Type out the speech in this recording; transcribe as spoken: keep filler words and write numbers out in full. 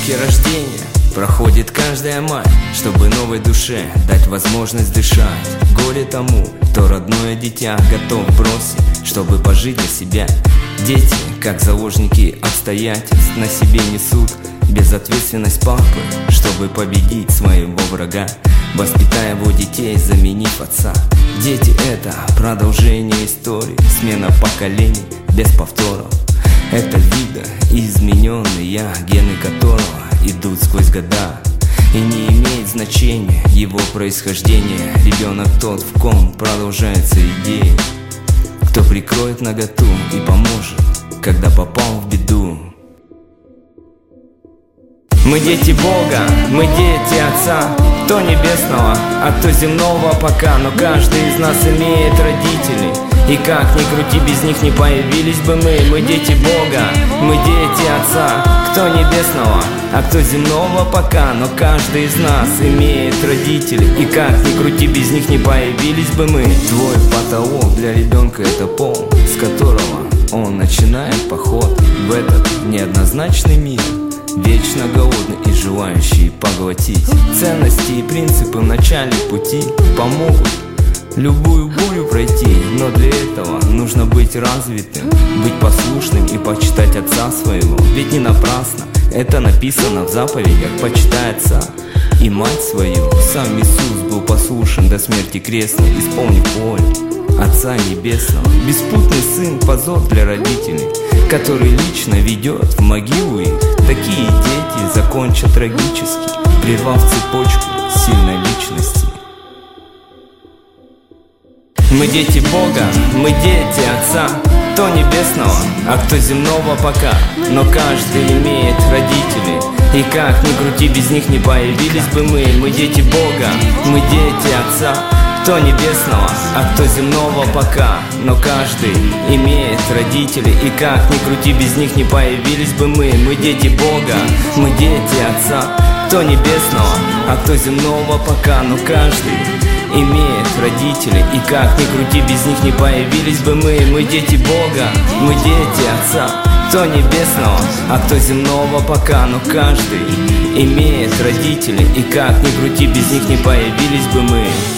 праздники рождения проходит каждая мать, чтобы новой душе дать возможность дышать. Горе тому, кто родное дитя готов бросить, чтобы пожить для себя. Дети, как заложники обстоятельств, на себе несут безответственность папы, чтобы победить своего врага, воспитая его детей, заменив отца. Дети — это продолжение истории, смена поколений без повторов. Это видоизмененные, гены которого идут сквозь года, и не имеет значения его происхождение. Ребенок тот, в ком продолжается идея, кто прикроет наготу и поможет, когда попал в беду. Мы дети Бога, мы дети Отца, кто небесного, а кто земного пока. Но каждый из нас имеет родителей, и как ни крути, без них не появились бы мы. Мы дети Бога, мы дети Отца, кто небесного, а кто земного пока. Но каждый из нас имеет родителей, и как ни крути, без них не появились бы мы. Твой потолок для ребенка — это пол, с которого он начинает поход в этот неоднозначный мир, вечно голодный и желающий поглотить. Ценности и принципы в начале пути помогут любую бурю пройти, но для этого нужно быть развитым, быть послушным и почитать отца своего. Ведь не напрасно это написано в заповедях: почитай отца и мать свою. Сам Иисус был послушен до смерти крестной, исполнив волю Отца Небесного. Беспутный сын — позор для родителей, который лично ведет в могилу их. Такие дети закончат трагически, прервав цепочку сильной личности. Мы дети Бога, мы дети Отца, кто небесного, а кто земного пока. Но каждый имеет родителей, и как ни крути, без них не появились бы мы. Мы дети Бога, мы дети Отца, кто небесного, а кто земного пока. Но каждый имеет родителей, и как ни крути, без них не появились бы мы. Мы дети Бога, мы дети Отца, кто небесного, а кто земного пока. Но каждый имеет родителей, и как ни крути, без них не появились бы мы. Мы дети Бога, мы дети Отца, кто небесного, а кто земного пока. Но каждый имеет родителей, и как ни крути, без них не появились бы мы.